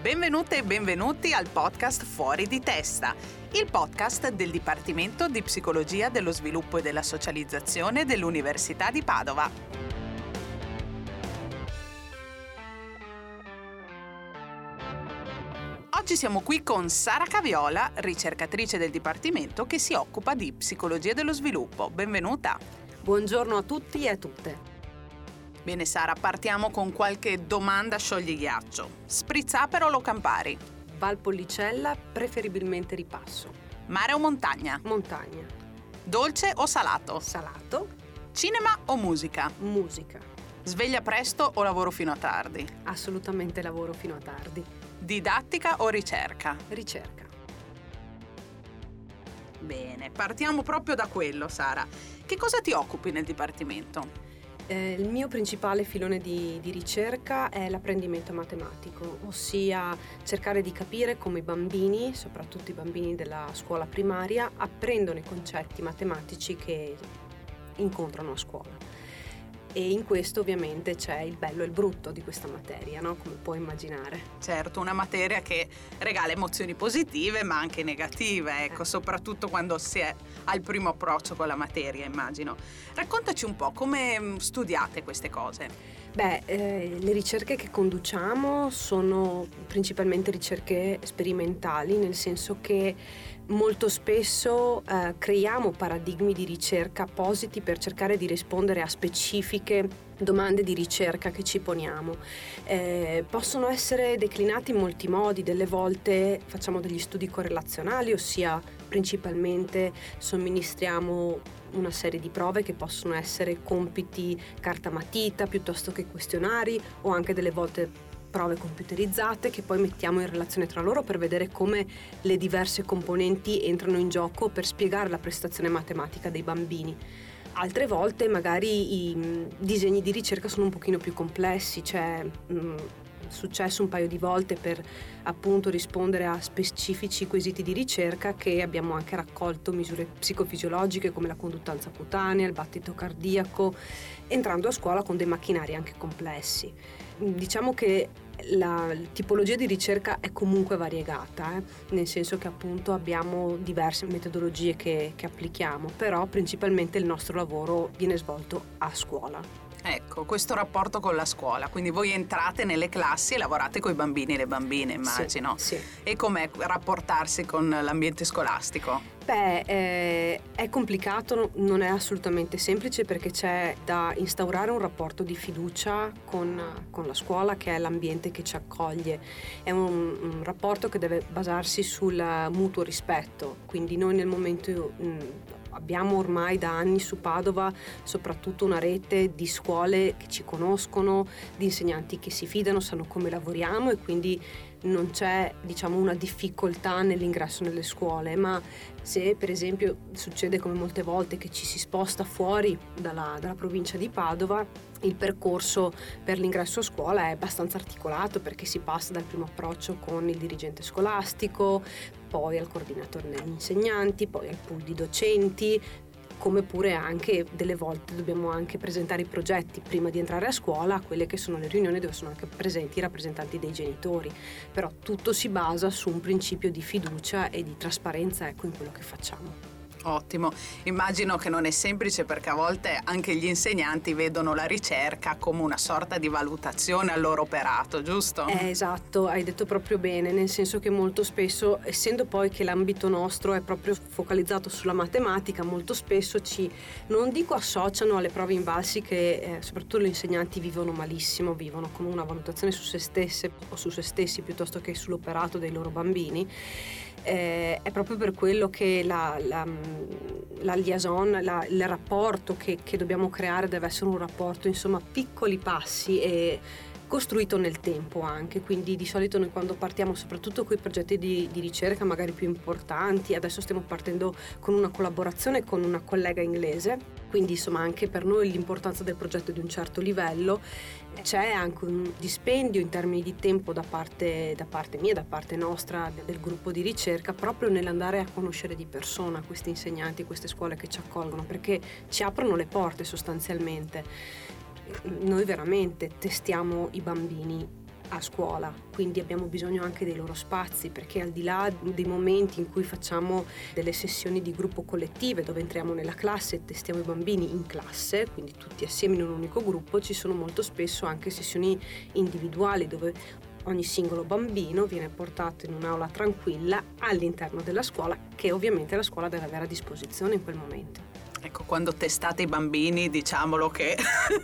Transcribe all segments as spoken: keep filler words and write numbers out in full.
Benvenute e benvenuti al podcast Fuori di Testa, il podcast del Dipartimento di Psicologia dello Sviluppo e della Socializzazione dell'Università di Padova. Oggi siamo qui con Sara Caviola, ricercatrice del Dipartimento che si occupa di Psicologia dello Sviluppo. Benvenuta. Buongiorno a tutti e a tutte. Bene Sara, partiamo con qualche domanda scioglighiaccio. Sprizzapero o Campari? Valpolicella, preferibilmente ripasso. Mare o montagna? Montagna. Dolce o salato? Salato. Cinema o musica? Musica. Sveglia presto o lavoro fino a tardi? Assolutamente lavoro fino a tardi. Didattica o ricerca? Ricerca. Bene, partiamo proprio da quello, Sara. Che cosa ti occupi nel Dipartimento? Eh, il mio principale filone di, di ricerca è l'apprendimento matematico, ossia cercare di capire come i bambini, soprattutto i bambini della scuola primaria, apprendono i concetti matematici che incontrano a scuola. E in questo ovviamente c'è il bello e il brutto di questa materia, no? Come puoi immaginare. Certo, una materia che regala emozioni positive ma anche negative, ecco, eh. soprattutto quando si è al primo approccio con la materia, immagino. Raccontaci un po' come studiate queste cose. Beh, eh, le ricerche che conduciamo sono principalmente ricerche sperimentali, nel senso che molto spesso eh, creiamo paradigmi di ricerca appositi per cercare di rispondere a specifiche domande di ricerca che ci poniamo. Eh, possono essere declinati in molti modi, delle volte facciamo degli studi correlazionali, ossia principalmente somministriamo una serie di prove che possono essere compiti carta matita piuttosto che questionari, o anche delle volte prove computerizzate che poi mettiamo in relazione tra loro per vedere come le diverse componenti entrano in gioco per spiegare la prestazione matematica dei bambini. Altre volte magari i disegni di ricerca sono un pochino più complessi, cioè mh, è successo un paio di volte per appunto rispondere a specifici quesiti di ricerca che abbiamo anche raccolto misure psicofisiologiche come la conduttanza cutanea, il battito cardiaco, entrando a scuola con dei macchinari anche complessi. Diciamo che la tipologia di ricerca è comunque variegata, eh? nel senso che appunto abbiamo diverse metodologie che, che applichiamo, però principalmente il nostro lavoro viene svolto a scuola. Ecco, questo rapporto con la scuola, quindi voi entrate nelle classi e lavorate con i bambini e le bambine, immagino. Sì, sì. E com'è rapportarsi con l'ambiente scolastico? Beh, eh, è complicato, non è assolutamente semplice perché c'è da instaurare un rapporto di fiducia con, con la scuola, che è l'ambiente che ci accoglie. È un, un rapporto che deve basarsi sul mutuo rispetto, quindi noi nel momento mh, abbiamo ormai da anni su Padova soprattutto una rete di scuole che ci conoscono, di insegnanti che si fidano, sanno come lavoriamo e quindi non c'è, diciamo, una difficoltà nell'ingresso nelle scuole, ma se per esempio succede come molte volte che ci si sposta fuori dalla, dalla provincia di Padova, il percorso per l'ingresso a scuola è abbastanza articolato perché si passa dal primo approccio con il dirigente scolastico, poi al coordinatore degli insegnanti, poi al pool di docenti, come pure anche delle volte dobbiamo anche presentare i progetti prima di entrare a scuola a quelle che sono le riunioni dove sono anche presenti i rappresentanti dei genitori, però tutto si basa su un principio di fiducia e di trasparenza, ecco, in quello che facciamo. Ottimo, immagino che non è semplice perché a volte anche gli insegnanti vedono la ricerca come una sorta di valutazione al loro operato, giusto? Eh, esatto, hai detto proprio bene, nel senso che molto spesso, essendo poi che l'ambito nostro è proprio focalizzato sulla matematica, molto spesso ci, non dico associano alle prove invalsi che eh, soprattutto gli insegnanti vivono malissimo, vivono come una valutazione su se stesse o su se stessi piuttosto che sull'operato dei loro bambini. Eh, è proprio per quello che la, la, la liaison, la, il rapporto che, che dobbiamo creare deve essere un rapporto, insomma, piccoli passi e costruito nel tempo anche, quindi di solito noi quando partiamo soprattutto con i progetti di, di ricerca magari più importanti, adesso stiamo partendo con una collaborazione con una collega inglese, quindi insomma anche per noi l'importanza del progetto è di un certo livello, c'è anche un dispendio in termini di tempo da parte, da parte mia, da parte nostra, del gruppo di ricerca, proprio nell'andare a conoscere di persona questi insegnanti, queste scuole che ci accolgono, perché ci aprono le porte sostanzialmente. Noi veramente testiamo i bambini a scuola, quindi abbiamo bisogno anche dei loro spazi, perché al di là dei momenti in cui facciamo delle sessioni di gruppo collettive dove entriamo nella classe e testiamo i bambini in classe, quindi tutti assieme in un unico gruppo, ci sono molto spesso anche sessioni individuali dove ogni singolo bambino viene portato in un'aula tranquilla all'interno della scuola, che ovviamente la scuola deve avere a disposizione in quel momento. Ecco, quando testate i bambini, diciamolo che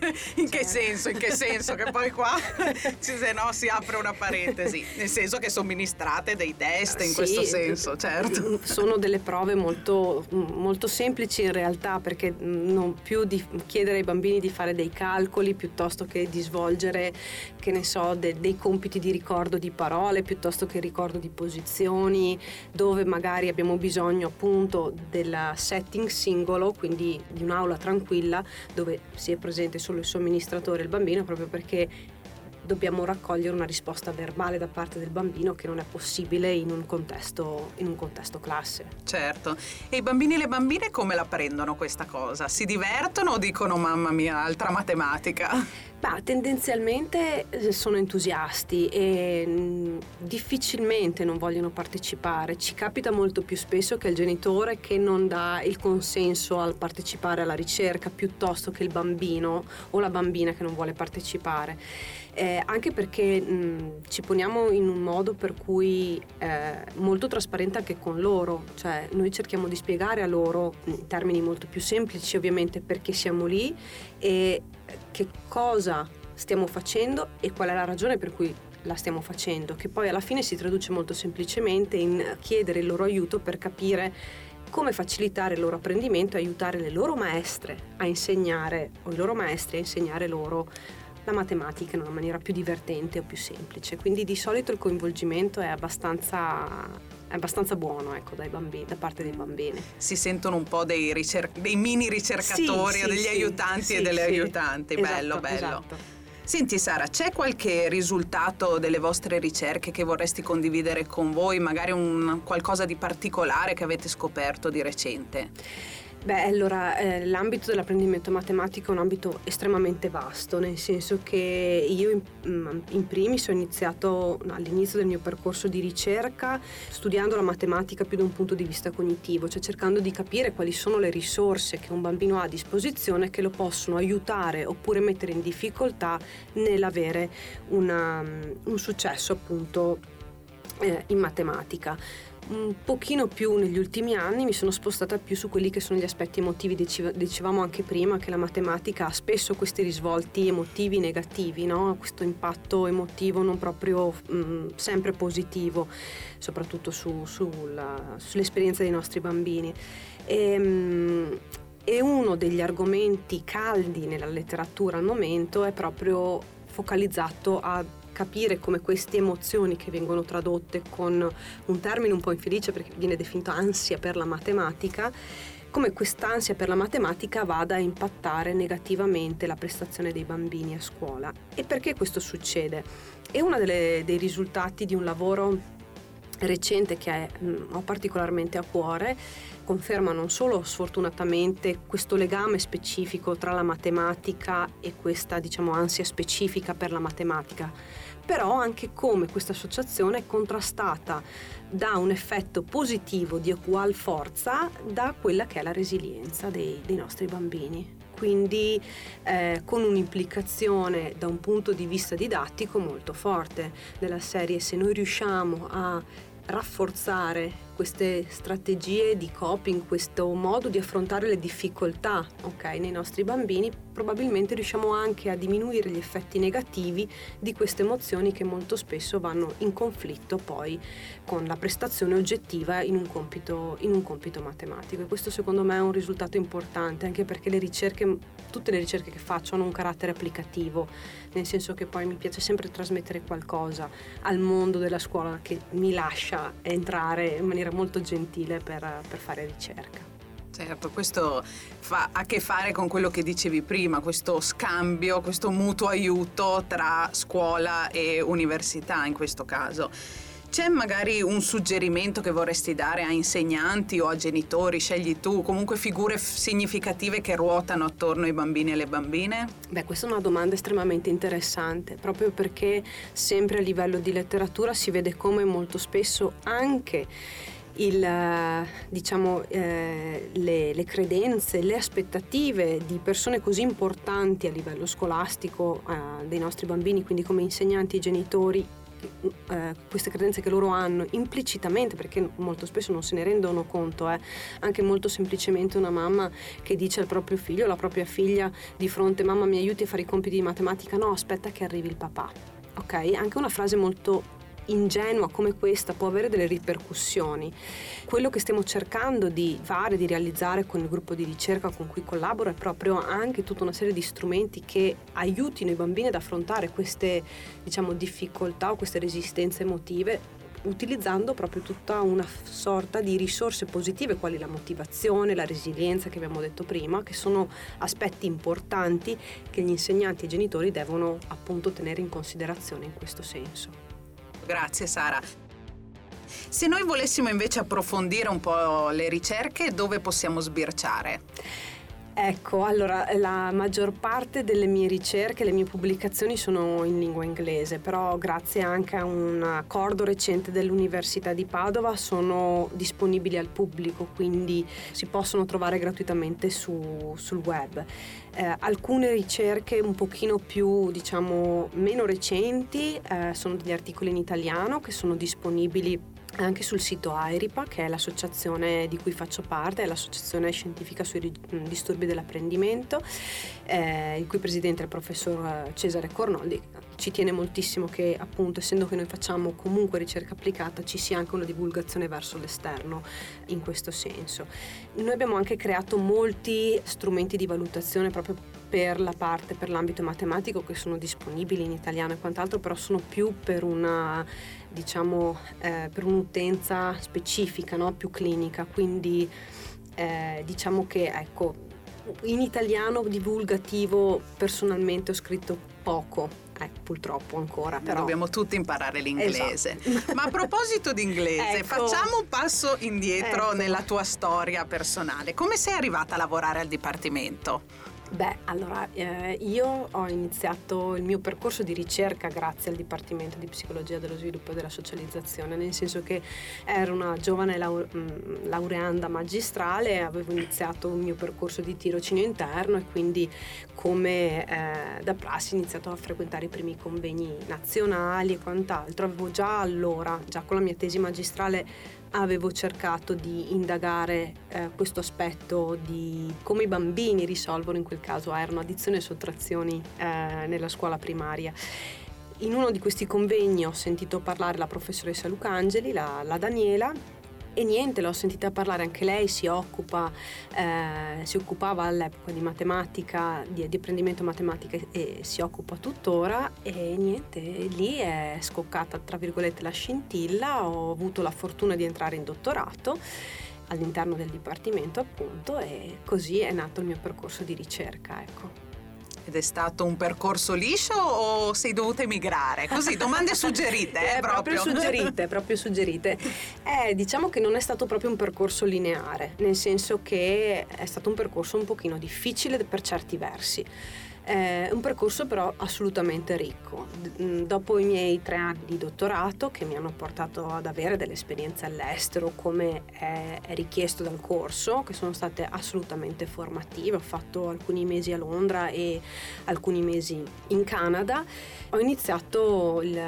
in che senso, in che senso, che poi qua se no si apre una parentesi, nel senso che somministrate dei test in sì, questo senso, certo. Sono delle prove molto, molto semplici in realtà, perché non più di chiedere ai bambini di fare dei calcoli piuttosto che di svolgere, che ne so, de, dei compiti di ricordo di parole, piuttosto che ricordo di posizioni, dove magari abbiamo bisogno appunto del setting singolo, quindi di un'aula tranquilla dove si è presente solo il somministratore e il bambino, proprio perché dobbiamo raccogliere una risposta verbale da parte del bambino che non è possibile in un contesto, in un contesto classe. Certo. E i bambini e le bambine come la prendono questa cosa? Si divertono o dicono mamma mia, altra matematica? Beh, tendenzialmente sono entusiasti e mh, difficilmente non vogliono partecipare. Ci capita molto più spesso che il genitore che non dà il consenso al partecipare alla ricerca piuttosto che il bambino o la bambina che non vuole partecipare. Eh, anche perché mh, ci poniamo in un modo per cui eh, molto trasparente anche con loro, cioè noi cerchiamo di spiegare a loro in termini molto più semplici ovviamente perché siamo lì e che cosa stiamo facendo e qual è la ragione per cui la stiamo facendo, che poi alla fine si traduce molto semplicemente in chiedere il loro aiuto per capire come facilitare il loro apprendimento e aiutare le loro maestre a insegnare o i loro maestri a insegnare loro la matematica in una maniera più divertente o più semplice. Quindi di solito il coinvolgimento è abbastanza è abbastanza buono, ecco, dai bambini, da parte dei bambini. Si sentono un po' dei, ricer- dei mini ricercatori sì, o degli sì, aiutanti sì, e delle sì. aiutanti, Esatto, bello, bello. Esatto. Senti Sara, c'è qualche risultato delle vostre ricerche che vorresti condividere con voi, magari un qualcosa di particolare che avete scoperto di recente? Beh, allora, eh, l'ambito dell'apprendimento matematico è un ambito estremamente vasto, nel senso che io in, in primis ho iniziato all'inizio del mio percorso di ricerca studiando la matematica più da un punto di vista cognitivo, cioè cercando di capire quali sono le risorse che un bambino ha a disposizione che lo possono aiutare oppure mettere in difficoltà nell'avere una, un successo appunto eh, in matematica. Un pochino più negli ultimi anni mi sono spostata più su quelli che sono gli aspetti emotivi. Dicevamo anche prima che la matematica ha spesso questi risvolti emotivi negativi, no? Questo impatto emotivo non proprio mh, sempre positivo, soprattutto su, sulla, sull'esperienza dei nostri bambini. E, mh, e uno degli argomenti caldi nella letteratura al momento è proprio focalizzato a capire come queste emozioni che vengono tradotte con un termine un po' infelice perché viene definito ansia per la matematica, come quest'ansia per la matematica vada a impattare negativamente la prestazione dei bambini a scuola. E perché questo succede? È uno dei risultati di un lavoro recente che mh, ho particolarmente a cuore. Conferma non solo sfortunatamente questo legame specifico tra la matematica e questa, diciamo, ansia specifica per la matematica, però anche come questa associazione è contrastata da un effetto positivo di ugual forza da quella che è la resilienza dei, dei nostri bambini. Quindi eh, con un'implicazione da un punto di vista didattico molto forte, della serie: se noi riusciamo a rafforzare queste strategie di coping, questo modo di affrontare le difficoltà, ok, nei nostri bambini, probabilmente riusciamo anche a diminuire gli effetti negativi di queste emozioni che molto spesso vanno in conflitto poi con la prestazione oggettiva in un compito, in un compito matematico. E questo secondo me è un risultato importante, anche perché le ricerche, tutte le ricerche che faccio hanno un carattere applicativo, nel senso che poi mi piace sempre trasmettere qualcosa al mondo della scuola che mi lascia entrare in maniera molto gentile per, per fare ricerca. Certo, questo fa a che fare con quello che dicevi prima, questo scambio, questo mutuo aiuto tra scuola e università in questo caso. C'è magari un suggerimento che vorresti dare a insegnanti o a genitori, scegli tu, comunque figure f- significative che ruotano attorno ai bambini e alle bambine? Beh, questa è una domanda estremamente interessante, proprio perché sempre a livello di letteratura si vede come molto spesso anche il, diciamo, eh, le, le credenze, le aspettative di persone così importanti a livello scolastico eh, dei nostri bambini, quindi come insegnanti e genitori, eh, queste credenze che loro hanno implicitamente, perché molto spesso non se ne rendono conto, eh, anche molto semplicemente una mamma che dice al proprio figlio o alla propria figlia di fronte: mamma, mi aiuti a fare i compiti di matematica? No, aspetta che arrivi il papà. Ok? Anche una frase molto ingenua come questa può avere delle ripercussioni. Quello che stiamo cercando di fare, di realizzare con il gruppo di ricerca con cui collaboro, è proprio anche tutta una serie di strumenti che aiutino i bambini ad affrontare queste, diciamo, difficoltà o queste resistenze emotive, utilizzando proprio tutta una sorta di risorse positive, quali la motivazione, la resilienza che abbiamo detto prima, che sono aspetti importanti che gli insegnanti e i genitori devono appunto tenere in considerazione in questo senso. Grazie Sara. Se noi volessimo invece approfondire un po' le ricerche, dove possiamo sbirciare? Ecco, allora la maggior parte delle mie ricerche, le mie pubblicazioni sono in lingua inglese, però grazie anche a un accordo recente dell'Università di Padova sono disponibili al pubblico, quindi si possono trovare gratuitamente su, sul web. Eh, alcune ricerche un pochino più, diciamo, meno recenti eh, sono degli articoli in italiano che sono disponibili anche sul sito AIRIPA, che è l'associazione di cui faccio parte, è l'associazione scientifica sui disturbi dell'apprendimento, eh, il cui presidente è il professor Cesare Cornoldi. Ci tiene moltissimo che, appunto, essendo che noi facciamo comunque ricerca applicata, ci sia anche una divulgazione verso l'esterno in questo senso. Noi abbiamo anche creato molti strumenti di valutazione proprio per la parte, per l'ambito matematico, che sono disponibili in italiano e quant'altro, però sono più per una, diciamo, eh, per un'utenza specifica, no? Più clinica, quindi eh, diciamo che, ecco, in italiano divulgativo personalmente ho scritto poco. Eh, purtroppo ancora, però dobbiamo tutti imparare l'inglese. Esatto. Ma a proposito di inglese, ecco. facciamo un passo indietro ecco. nella tua storia personale. Come sei arrivata a lavorare al dipartimento? Beh, allora, eh, io ho iniziato il mio percorso di ricerca grazie al Dipartimento di Psicologia dello Sviluppo e della Socializzazione, nel senso che ero una giovane lau- laureanda magistrale, avevo iniziato il mio percorso di tirocinio interno e quindi, come eh, da prassi, ho iniziato a frequentare i primi convegni nazionali e quant'altro. Avevo già allora, già con la mia tesi magistrale, avevo cercato di indagare eh, questo aspetto di come i bambini risolvono, in quel caso erano addizioni e sottrazioni eh, nella scuola primaria. In uno di questi convegni ho sentito parlare la professoressa Lucangeli, la, la Daniela, e niente, l'ho sentita parlare, anche lei si occupa, eh, si occupava all'epoca di matematica, di, di apprendimento matematica e si occupa tuttora, e niente, lì è scoccata tra virgolette la scintilla. Ho avuto la fortuna di entrare in dottorato all'interno del dipartimento, appunto, e così è nato il mio percorso di ricerca, ecco. Ed è stato un percorso liscio o sei dovuta emigrare? Così, domande suggerite, eh, eh, proprio. proprio suggerite, proprio suggerite. Eh, diciamo che non è stato proprio un percorso lineare, nel senso che è stato un percorso un pochino difficile per certi versi. È un percorso però assolutamente ricco. Dopo i miei tre anni di dottorato, che mi hanno portato ad avere delle esperienze all'estero come è richiesto dal corso, che sono state assolutamente formative, ho fatto alcuni mesi a Londra e alcuni mesi in Canada, ho iniziato il,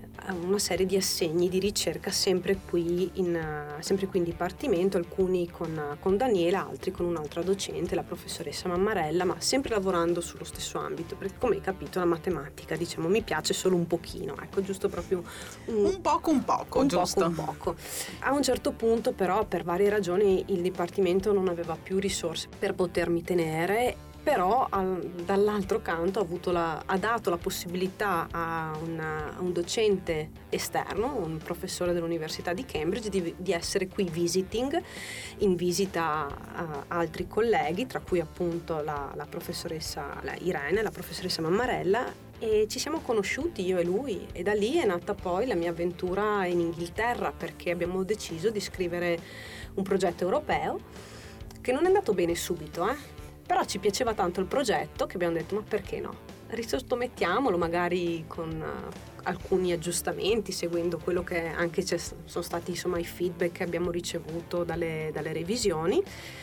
una serie di assegni di ricerca sempre qui in, sempre qui in dipartimento, alcuni con, con Daniela, altri con un'altra docente, la professoressa Mammarella, ma sempre lavorando sullo stesso ambito, perché come hai capito la matematica, diciamo, mi piace solo un pochino, ecco, giusto proprio un, un poco un poco, un giusto? poco un poco. A un certo punto però, per varie ragioni, il dipartimento non aveva più risorse per potermi tenere però al, dall'altro canto ha, avuto la, ha dato la possibilità a, una, a un docente esterno, un professore dell'Università di Cambridge, di, di essere qui visiting, in visita a altri colleghi, tra cui appunto la, la professoressa la Irene, la professoressa Mammarella, e ci siamo conosciuti io e lui, e da lì è nata poi la mia avventura in Inghilterra, perché abbiamo deciso di scrivere un progetto europeo che non è andato bene subito, eh? Però ci piaceva tanto il progetto che abbiamo detto ma perché no? Risottomettiamolo magari con uh, alcuni aggiustamenti, seguendo quello che anche c'è, sono stati insomma i feedback che abbiamo ricevuto dalle, dalle revisioni,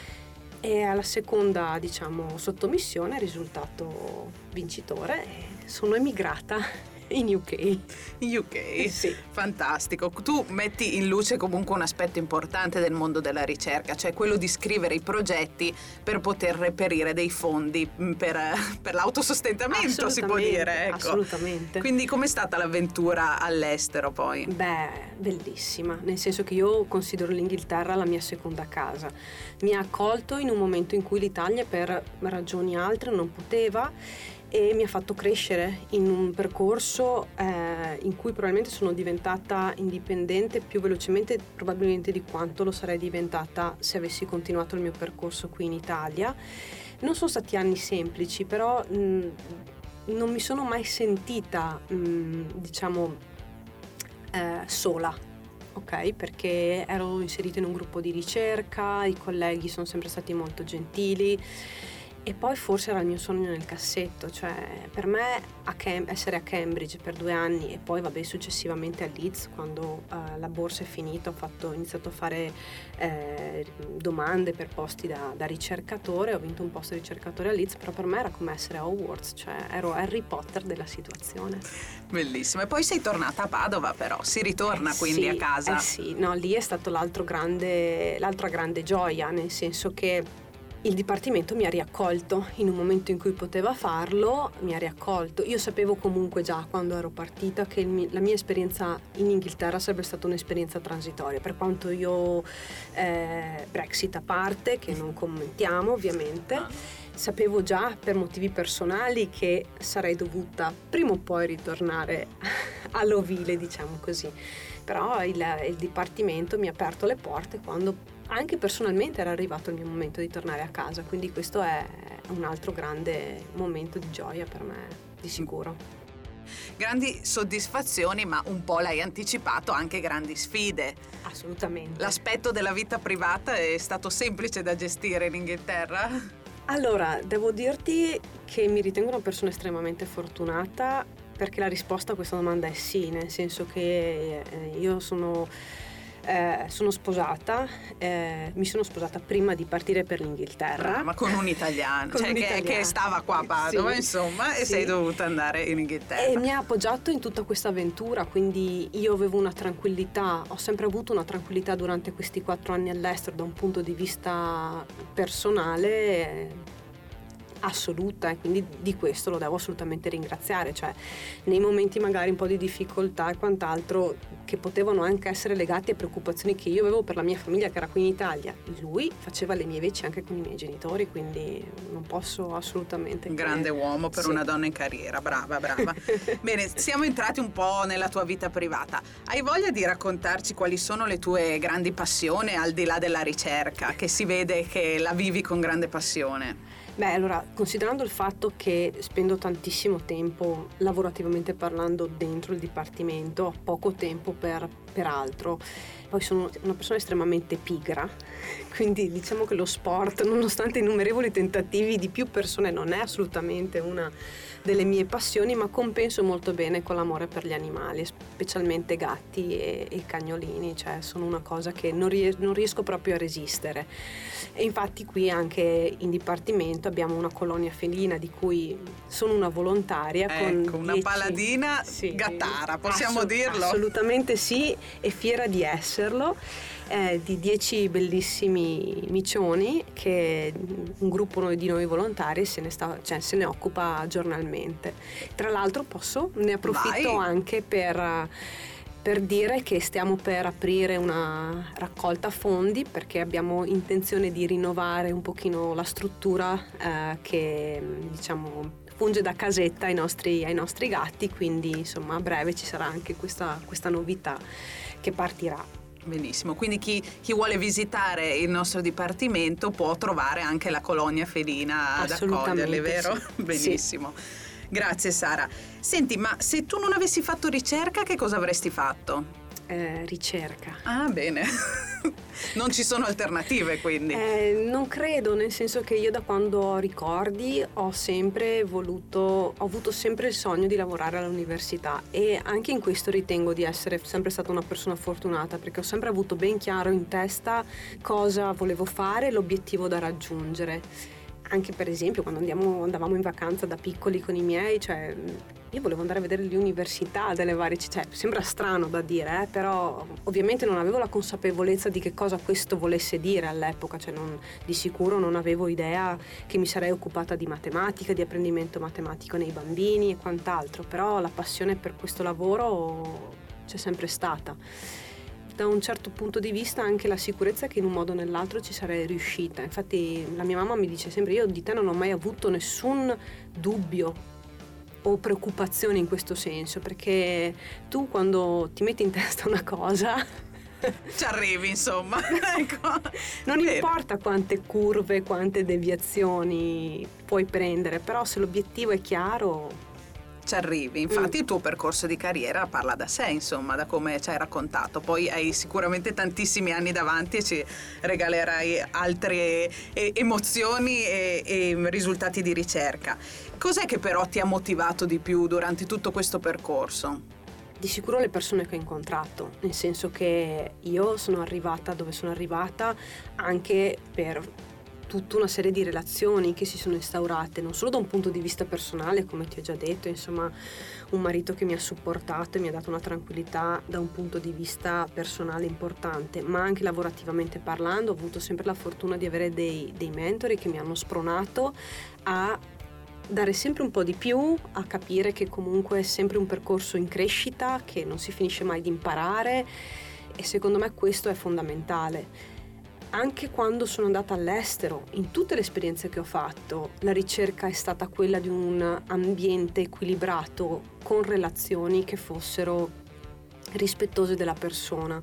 e alla seconda diciamo sottomissione è risultato vincitore e sono emigrata in U K. In U K? Sì. Fantastico. Tu metti in luce comunque un aspetto importante del mondo della ricerca, cioè quello di scrivere i progetti per poter reperire dei fondi per, per l'autosostentamento, si può dire. Ecco. Assolutamente. Quindi com'è stata l'avventura all'estero poi? Beh, bellissima, nel senso che io considero l'Inghilterra la mia seconda casa. Mi ha accolto in un momento in cui l'Italia per ragioni altre non poteva, e mi ha fatto crescere in un percorso eh, in cui probabilmente sono diventata indipendente più velocemente probabilmente di quanto lo sarei diventata se avessi continuato il mio percorso qui in Italia. Non sono stati anni semplici, però mh, non mi sono mai sentita mh, diciamo eh, sola. Ok, perché ero inserita in un gruppo di ricerca, i colleghi sono sempre stati molto gentili. E poi forse era il mio sogno nel cassetto, cioè per me a Cam- essere a Cambridge per due anni e poi vabbè successivamente a Leeds, quando uh, la borsa è finita, ho, fatto, ho iniziato a fare eh, domande per posti da, da ricercatore, ho vinto un posto di ricercatore a Leeds, però per me era come essere a Hogwarts, cioè ero Harry Potter della situazione. Bellissimo. E poi sei tornata a Padova, però si ritorna eh quindi sì, a casa. Eh sì, no, lì è stato l'altro grande, l'altra grande gioia, nel senso che il Dipartimento mi ha riaccolto in un momento in cui poteva farlo, mi ha riaccolto. Io sapevo comunque già quando ero partita che il, la mia esperienza in Inghilterra sarebbe stata un'esperienza transitoria, per quanto io eh, Brexit a parte, che non commentiamo ovviamente, sapevo già per motivi personali che sarei dovuta prima o poi ritornare all'ovile, diciamo così. Però il, il Dipartimento mi ha aperto le porte quando anche personalmente era arrivato il mio momento di tornare a casa, quindi questo è un altro grande momento di gioia per me, di sicuro. Grandi soddisfazioni, ma un po' l'hai anticipato, anche grandi sfide. Assolutamente. L'aspetto della vita privata è stato semplice da gestire in Inghilterra? Allora, devo dirti che mi ritengo una persona estremamente fortunata, perché la risposta a questa domanda è sì, nel senso che eh, io sono... Eh, sono sposata, eh, mi sono sposata prima di partire per l'Inghilterra. Ah, ma con un italiano, con cioè un che, italiano. che stava qua a Padova, sì, insomma, e sì. sei dovuta andare in Inghilterra. E mi ha appoggiato in tutta questa avventura, quindi io avevo una tranquillità, ho sempre avuto una tranquillità durante questi quattro anni all'estero da un punto di vista personale eh, assoluta, e quindi di questo lo devo assolutamente ringraziare, cioè nei momenti magari un po' di difficoltà e quant'altro che potevano anche essere legati a preoccupazioni che io avevo per la mia famiglia che era qui in Italia, lui faceva le mie veci anche con i miei genitori, quindi non posso assolutamente... Un grande uomo per sì. una donna in carriera, brava, brava. Bene, siamo entrati un po' nella tua vita privata. Hai voglia di raccontarci quali sono le tue grandi passioni al di là della ricerca, che si vede che la vivi con grande passione? Beh, allora, considerando il fatto che spendo tantissimo tempo, lavorativamente parlando, dentro il dipartimento, ho poco tempo per, per altro, poi sono una persona estremamente pigra, quindi diciamo che lo sport, nonostante innumerevoli tentativi di più persone, non è assolutamente una delle mie passioni, ma compenso molto bene con l'amore per gli animali, specialmente gatti e, e cagnolini, cioè sono una cosa che non, ries- non riesco proprio a resistere. E infatti qui anche in dipartimento abbiamo una colonia felina di cui sono una volontaria. Ecco, con una dieci... paladina sì, gattara, possiamo assolut- dirlo? Assolutamente sì, e fiera di esserlo. Eh, di dieci bellissimi micioni che un gruppo di noi volontari se ne, sta, cioè, se ne occupa giornalmente. Tra l'altro posso, ne approfitto Vai. anche per, per dire che stiamo per aprire una raccolta fondi perché abbiamo intenzione di rinnovare un pochino la struttura eh, che diciamo funge da casetta ai nostri, ai nostri gatti, quindi insomma a breve ci sarà anche questa, questa novità che partirà. Benissimo, quindi chi, chi vuole visitare il nostro dipartimento può trovare anche la colonia felina ad accoglierli, vero? Sì. Benissimo. Sì. Grazie Sara. Senti, ma se tu non avessi fatto ricerca, che cosa avresti fatto? Eh, ricerca. Ah, bene. Non ci sono alternative, quindi. Eh, non credo, nel senso che io da quando ho ricordi ho sempre voluto, ho avuto sempre il sogno di lavorare all'università e anche in questo ritengo di essere sempre stata una persona fortunata perché ho sempre avuto ben chiaro in testa cosa volevo fare, l'obiettivo da raggiungere. Anche per esempio quando andiamo, andavamo in vacanza da piccoli con i miei, cioè io volevo andare a vedere le università delle varie città, cioè, sembra strano da dire, eh, però ovviamente non avevo la consapevolezza di che cosa questo volesse dire all'epoca, cioè non, di sicuro non avevo idea che mi sarei occupata di matematica, di apprendimento matematico nei bambini e quant'altro, però la passione per questo lavoro c'è sempre stata. Da un certo punto di vista anche la sicurezza che in un modo o nell'altro ci sarei riuscita. Infatti la mia mamma mi dice sempre: io di te non ho mai avuto nessun dubbio o preoccupazione in questo senso, perché tu quando ti metti in testa una cosa ci arrivi, insomma. Ecco. Non Bene. Importa quante curve, quante deviazioni puoi prendere, però se l'obiettivo è chiaro ci arrivi. Infatti mm. il tuo percorso di carriera parla da sé, insomma, da come ci hai raccontato. Poi hai sicuramente tantissimi anni davanti e ci regalerai altre eh, emozioni e, e risultati di ricerca. Cos'è che però ti ha motivato di più durante tutto questo percorso? Di sicuro le persone che ho incontrato, nel senso che io sono arrivata dove sono arrivata anche per tutta una serie di relazioni che si sono instaurate, non solo da un punto di vista personale, come ti ho già detto, insomma un marito che mi ha supportato e mi ha dato una tranquillità da un punto di vista personale importante, ma anche lavorativamente parlando ho avuto sempre la fortuna di avere dei, dei mentori che mi hanno spronato a dare sempre un po' di più, a capire che comunque è sempre un percorso in crescita, che non si finisce mai di imparare e secondo me questo è fondamentale. Anche quando sono andata all'estero, in tutte le esperienze che ho fatto, la ricerca è stata quella di un ambiente equilibrato con relazioni che fossero rispettose della persona.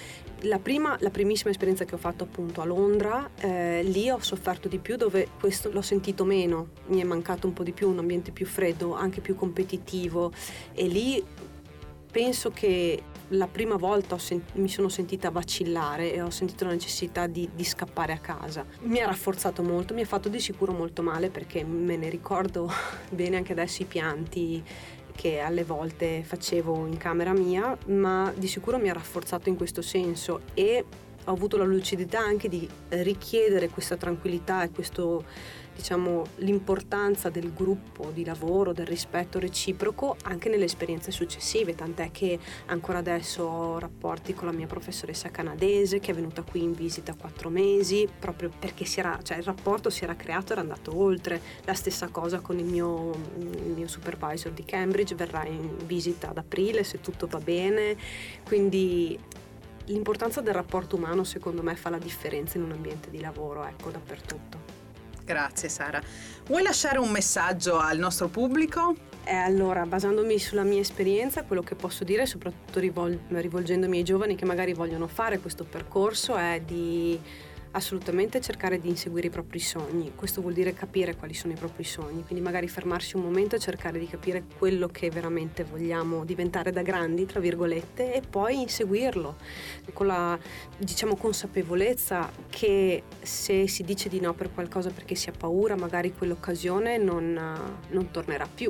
La prima, la primissima esperienza che ho fatto appunto a Londra, eh, lì ho sofferto di più, dove questo l'ho sentito meno, mi è mancato un po' di più, un ambiente più freddo, anche più competitivo e lì penso che la prima volta ho sen- mi sono sentita vacillare e ho sentito la necessità di, di scappare a casa. Mi ha rafforzato molto, mi ha fatto di sicuro molto male perché me ne ricordo bene anche adesso i pianti che alle volte facevo in camera mia, ma di sicuro mi ha rafforzato in questo senso e ho avuto la lucidità anche di richiedere questa tranquillità e questo, diciamo, l'importanza del gruppo di lavoro, del rispetto reciproco anche nelle esperienze successive, tant'è che ancora adesso ho rapporti con la mia professoressa canadese che è venuta qui in visita quattro mesi proprio perché si era, cioè il rapporto si era creato, era andato oltre. La stessa cosa con il mio, il mio supervisor di Cambridge, verrà in visita ad aprile se tutto va bene, quindi l'importanza del rapporto umano secondo me fa la differenza in un ambiente di lavoro, ecco, dappertutto. Grazie Sara. Vuoi lasciare un messaggio al nostro pubblico? Eh, allora, basandomi sulla mia esperienza, quello che posso dire, soprattutto rivol- rivolgendomi ai giovani che magari vogliono fare questo percorso, è di assolutamente cercare di inseguire i propri sogni. Questo vuol dire capire quali sono i propri sogni, quindi magari fermarsi un momento e cercare di capire quello che veramente vogliamo diventare da grandi, tra virgolette, e poi inseguirlo con la, diciamo, consapevolezza che se si dice di no per qualcosa perché si ha paura, magari quell'occasione non, non tornerà più.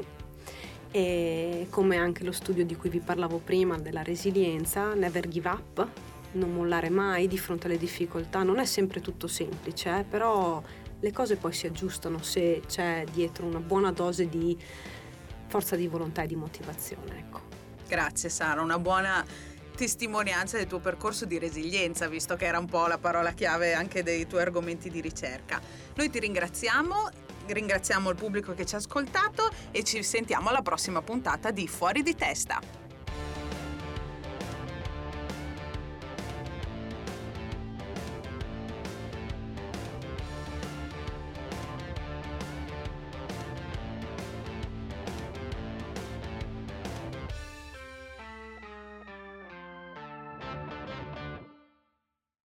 E come anche lo studio di cui vi parlavo prima della resilienza, never give up, non mollare mai di fronte alle difficoltà. Non è sempre tutto semplice, eh? Però le cose poi si aggiustano se c'è dietro una buona dose di forza di volontà e di motivazione, ecco. Grazie Sara, una buona testimonianza del tuo percorso di resilienza, visto che era un po' la parola chiave anche dei tuoi argomenti di ricerca. Noi ti ringraziamo, ringraziamo il pubblico che ci ha ascoltato e ci sentiamo alla prossima puntata di Fuori di Testa.